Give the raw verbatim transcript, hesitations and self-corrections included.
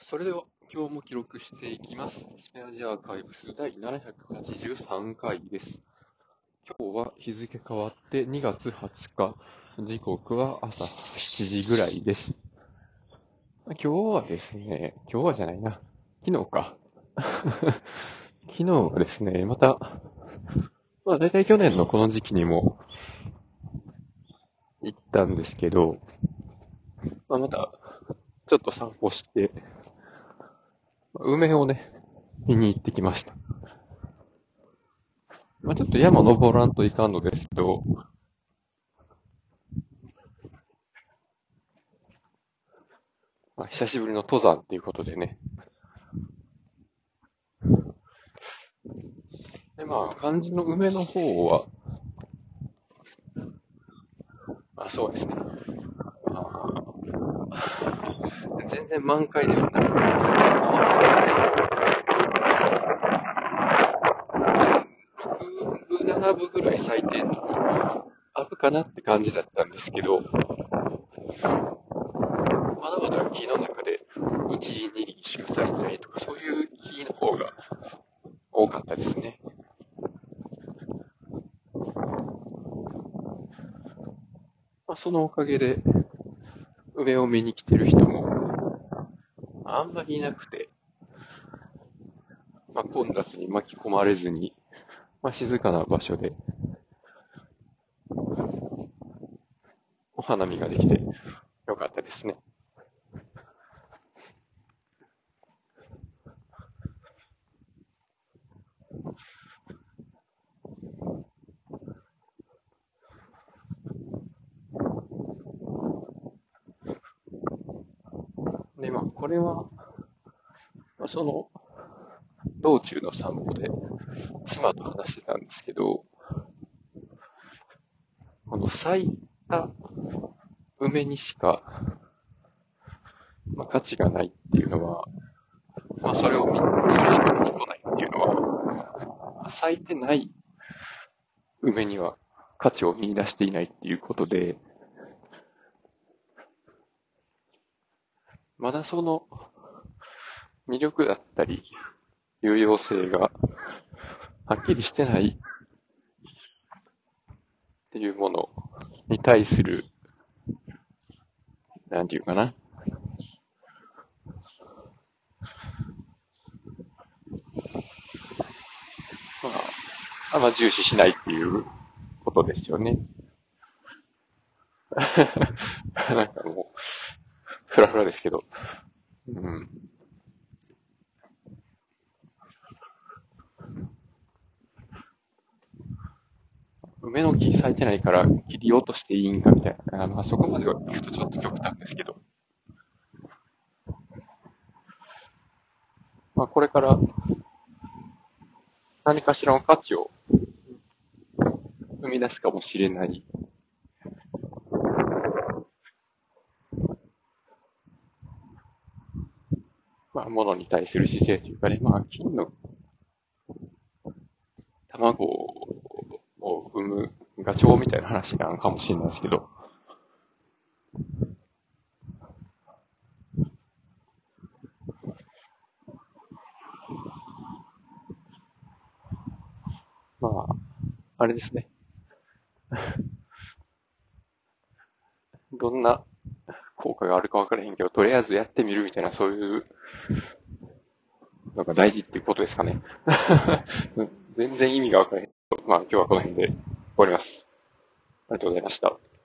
それでは今日も記録していきます。スペアジアーカイブス第ななひゃくはちじゅうさんかいです。今日は日付変わってにがつはつか、時刻は朝しちじぐらいです。今日はですね、今日はじゃないな、昨日か。昨日はですね、また、まあ大体去年のこの時期にも行ったんですけど、まあ、またちょっと散歩して、梅をね、見に行ってきました。まあ、ちょっと山登らんといかんのですけど、まあ、久しぶりの登山っていうことでね。で、まあ、漢字の梅の方は、あ、そうですね。まあ、全然満開ではなく、ろくぶ、ななぶぐらい咲いてあるかなって感じだったんですけど、まだまだ木の中でいちり、にりしか咲いてないとか、そういう木の方が多かったですね。まあ、そのおかげで、梅を見に来てる人もあんまりいなくて、まあ、混雑に巻き込まれずに、まあ、静かな場所でお花見ができてよかったですね。で、まあ、これは、まあ、その、道中の散歩で妻と話してたんですけど、この咲いた梅にしか、まあ、価値がないっていうのは、まあ、それを見、それしか見に来ないっていうのは、咲いてない梅には価値を見出していないっていうことで、まだその魅力だったり、有用性がはっきりしてないっていうものに対する、なんていうかな。まあ、あんま重視しないっていうことですよね。なんかもう、ふらふらですけど。うん。梅の木咲いてないから切り落としていいんかみたいな。まあそこまでは言うとちょっと極端ですけど。まあこれから何かしらの価値を生み出すかもしれない、まあ、ものに対する姿勢というかね、まあ金の卵を産むガチョウみたいな話なのかもしれないですけど、まあ、あれですね。どんな効果があるか分からへんけど、とりあえずやってみるみたいな、そういうのが大事っていうことですかね。全然意味が分からへんけど。まあ今日はこの辺で終わります。ありがとうございました。